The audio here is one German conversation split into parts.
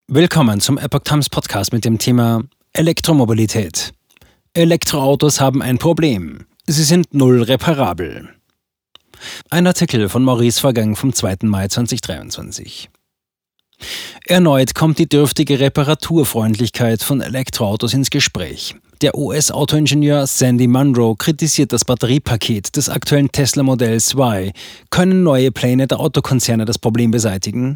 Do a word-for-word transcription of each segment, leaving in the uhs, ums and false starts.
Willkommen zum Epoch Times Podcast mit dem Thema Elektromobilität. Elektroautos haben ein Problem. Sie sind null reparabel. Ein Artikel von Maurice Vergang vom zweiten Mai zweitausenddreiundzwanzig. Erneut kommt die dürftige Reparaturfreundlichkeit von Elektroautos ins Gespräch. Der U S-Autoingenieur Sandy Munro kritisiert das Batteriepaket des aktuellen Tesla-Modells Y. Können neue Pläne der Autokonzerne das Problem beseitigen?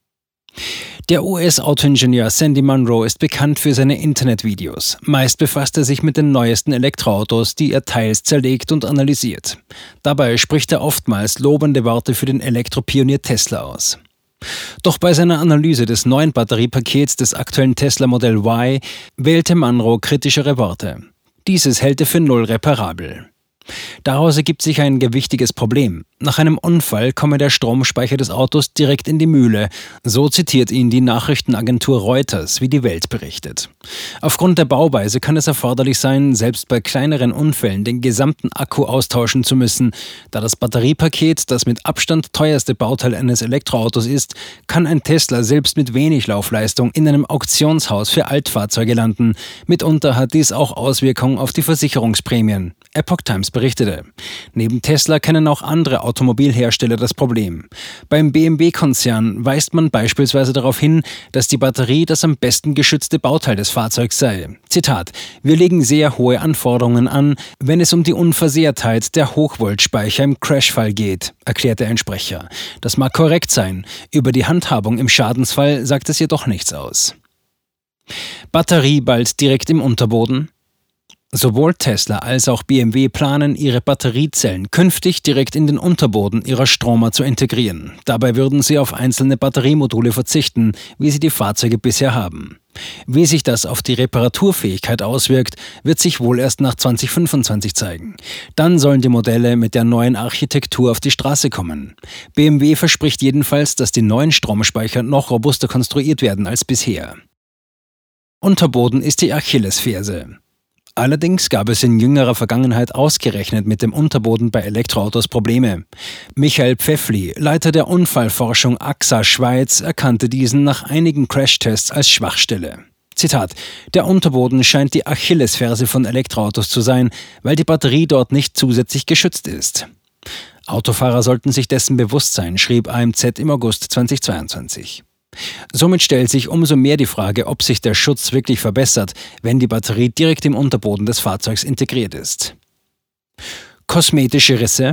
Der U S-Autoingenieur Sandy Munro ist bekannt für seine Internetvideos. Meist befasst er sich mit den neuesten Elektroautos, die er teils zerlegt und analysiert. Dabei spricht er oftmals lobende Worte für den Elektropionier Tesla aus. Doch bei seiner Analyse des neuen Batteriepakets des aktuellen Tesla-Modell Y wählte Munro kritischere Worte. Dieses hält er für null reparabel. Daraus ergibt sich ein gewichtiges Problem. Nach einem Unfall komme der Stromspeicher des Autos direkt in die Mühle. So zitiert ihn die Nachrichtenagentur Reuters, wie die Welt berichtet. Aufgrund der Bauweise kann es erforderlich sein, selbst bei kleineren Unfällen den gesamten Akku austauschen zu müssen. Da das Batteriepaket das mit Abstand teuerste Bauteil eines Elektroautos ist, kann ein Tesla selbst mit wenig Laufleistung in einem Auktionshaus für Altfahrzeuge landen. Mitunter hat dies auch Auswirkungen auf die Versicherungsprämien. Epoch Times berichtete. Neben Tesla kennen auch andere Automobilhersteller das Problem. Beim B M W-Konzern weist man beispielsweise darauf hin, dass die Batterie das am besten geschützte Bauteil des Fahrzeugs sei. Zitat: Wir legen sehr hohe Anforderungen an, wenn es um die Unversehrtheit der Hochvoltspeicher im Crashfall geht, erklärte ein Sprecher. Das mag korrekt sein. Über die Handhabung im Schadensfall sagt es jedoch nichts aus. Batterie bald direkt im Unterboden? Sowohl Tesla als auch B M W planen, ihre Batteriezellen künftig direkt in den Unterboden ihrer Stromer zu integrieren. Dabei würden sie auf einzelne Batteriemodule verzichten, wie sie die Fahrzeuge bisher haben. Wie sich das auf die Reparaturfähigkeit auswirkt, wird sich wohl erst nach zweitausendfünfundzwanzig zeigen. Dann sollen die Modelle mit der neuen Architektur auf die Straße kommen. B M W verspricht jedenfalls, dass die neuen Stromspeicher noch robuster konstruiert werden als bisher. Unterboden ist die Achillesferse. Allerdings gab es in jüngerer Vergangenheit ausgerechnet mit dem Unterboden bei Elektroautos Probleme. Michael Pfeffli, Leiter der Unfallforschung A X A Schweiz, erkannte diesen nach einigen Crashtests als Schwachstelle. Zitat: Der Unterboden scheint die Achillesferse von Elektroautos zu sein, weil die Batterie dort nicht zusätzlich geschützt ist. Autofahrer sollten sich dessen bewusst sein, schrieb A M Z im August zweitausendzweiundzwanzig. Somit stellt sich umso mehr die Frage, ob sich der Schutz wirklich verbessert, wenn die Batterie direkt im Unterboden des Fahrzeugs integriert ist. Kosmetische Risse?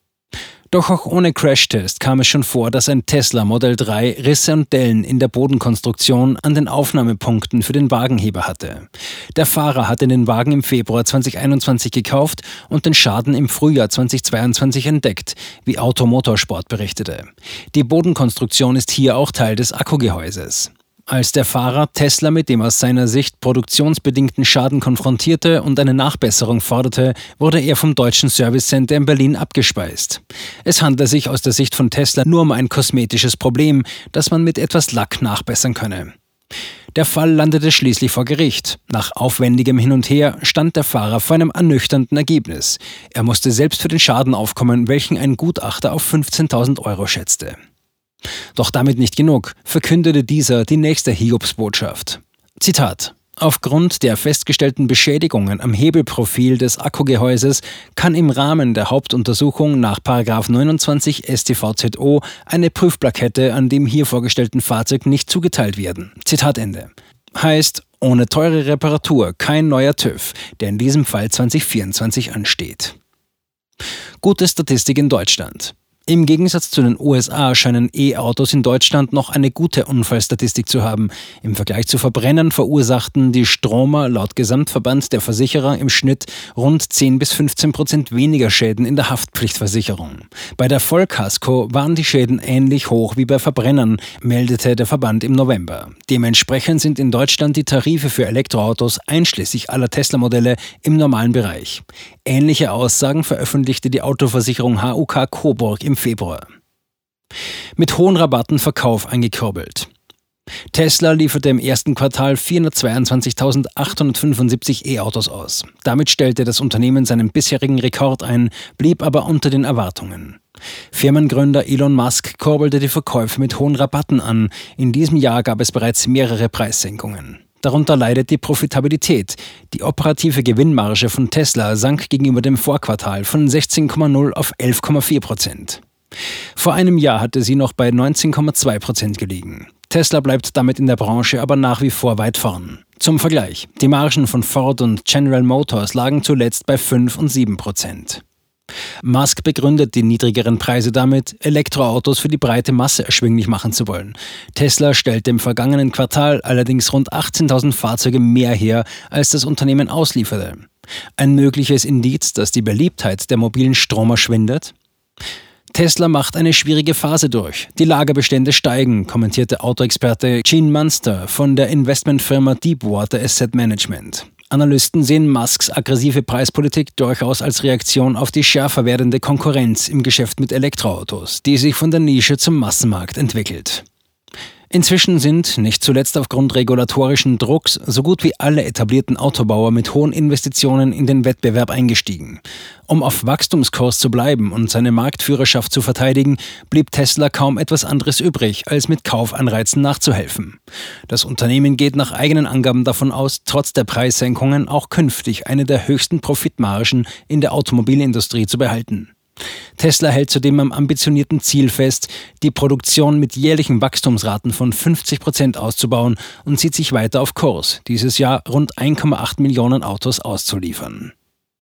Doch auch ohne Crashtest kam es schon vor, dass ein Tesla Modell drei Risse und Dellen in der Bodenkonstruktion an den Aufnahmepunkten für den Wagenheber hatte. Der Fahrer hatte den Wagen im Februar zweitausendeinundzwanzig gekauft und den Schaden im Frühjahr zweitausendzweiundzwanzig entdeckt, wie Automotorsport berichtete. Die Bodenkonstruktion ist hier auch Teil des Akkugehäuses. Als der Fahrer Tesla mit dem aus seiner Sicht produktionsbedingten Schaden konfrontierte und eine Nachbesserung forderte, wurde er vom Deutschen Service Center in Berlin abgespeist. Es handle sich aus der Sicht von Tesla nur um ein kosmetisches Problem, das man mit etwas Lack nachbessern könne. Der Fall landete schließlich vor Gericht. Nach aufwendigem Hin und Her stand der Fahrer vor einem ernüchternden Ergebnis. Er musste selbst für den Schaden aufkommen, welchen ein Gutachter auf fünfzehntausend Euro schätzte. Doch damit nicht genug, verkündete dieser die nächste Hiobsbotschaft. Zitat: Aufgrund der festgestellten Beschädigungen am Hebelprofil des Akkugehäuses kann im Rahmen der Hauptuntersuchung nach Paragraph neunundzwanzig S t V Z O eine Prüfplakette an dem hier vorgestellten Fahrzeug nicht zugeteilt werden. Zitat Ende. Heißt, ohne teure Reparatur kein neuer TÜV, der in diesem Fall zweitausendvierundzwanzig ansteht. Gute Statistik in Deutschland. Im Gegensatz zu den U S A scheinen E-Autos in Deutschland noch eine gute Unfallstatistik zu haben. Im Vergleich zu Verbrennern verursachten die Stromer laut Gesamtverband der Versicherer im Schnitt rund zehn bis fünfzehn Prozent weniger Schäden in der Haftpflichtversicherung. Bei der Vollkasko waren die Schäden ähnlich hoch wie bei Verbrennern, meldete der Verband im November. Dementsprechend sind in Deutschland die Tarife für Elektroautos einschließlich aller Tesla-Modelle im normalen Bereich. Ähnliche Aussagen veröffentlichte die Autoversicherung H U K Coburg im Februar. Mit hohen Rabatten Verkauf eingekurbelt. Tesla lieferte im ersten Quartal vierhundertzweiundzwanzigtausendachthundertfünfundsiebzig E-Autos aus. Damit stellte das Unternehmen seinen bisherigen Rekord ein, blieb aber unter den Erwartungen. Firmengründer Elon Musk kurbelte die Verkäufe mit hohen Rabatten an. In diesem Jahr gab es bereits mehrere Preissenkungen. Darunter leidet die Profitabilität. Die operative Gewinnmarge von Tesla sank gegenüber dem Vorquartal von sechzehn Komma null auf elf Komma vier Prozent. Vor einem Jahr hatte sie noch bei neunzehn Komma zwei Prozent gelegen. Tesla bleibt damit in der Branche aber nach wie vor weit vorn. Zum Vergleich: Die Margen von Ford und General Motors lagen zuletzt bei fünf und sieben Prozent. Musk begründet die niedrigeren Preise damit, Elektroautos für die breite Masse erschwinglich machen zu wollen. Tesla stellte im vergangenen Quartal allerdings rund achtzehntausend Fahrzeuge mehr her, als das Unternehmen auslieferte. Ein mögliches Indiz, dass die Beliebtheit der mobilen Stromer schwindet? Tesla macht eine schwierige Phase durch. Die Lagerbestände steigen, kommentierte Autoexperte Gene Munster von der Investmentfirma Deepwater Asset Management. Analysten sehen Musks aggressive Preispolitik durchaus als Reaktion auf die schärfer werdende Konkurrenz im Geschäft mit Elektroautos, die sich von der Nische zum Massenmarkt entwickelt. Inzwischen sind, nicht zuletzt aufgrund regulatorischen Drucks, so gut wie alle etablierten Autobauer mit hohen Investitionen in den Wettbewerb eingestiegen. Um auf Wachstumskurs zu bleiben und seine Marktführerschaft zu verteidigen, blieb Tesla kaum etwas anderes übrig, als mit Kaufanreizen nachzuhelfen. Das Unternehmen geht nach eigenen Angaben davon aus, trotz der Preissenkungen auch künftig eine der höchsten Profitmargen in der Automobilindustrie zu behalten. Tesla hält zudem am ambitionierten Ziel fest, die Produktion mit jährlichen Wachstumsraten von fünfzig Prozent auszubauen und sieht sich weiter auf Kurs, dieses Jahr rund eins Komma acht Millionen Autos auszuliefern.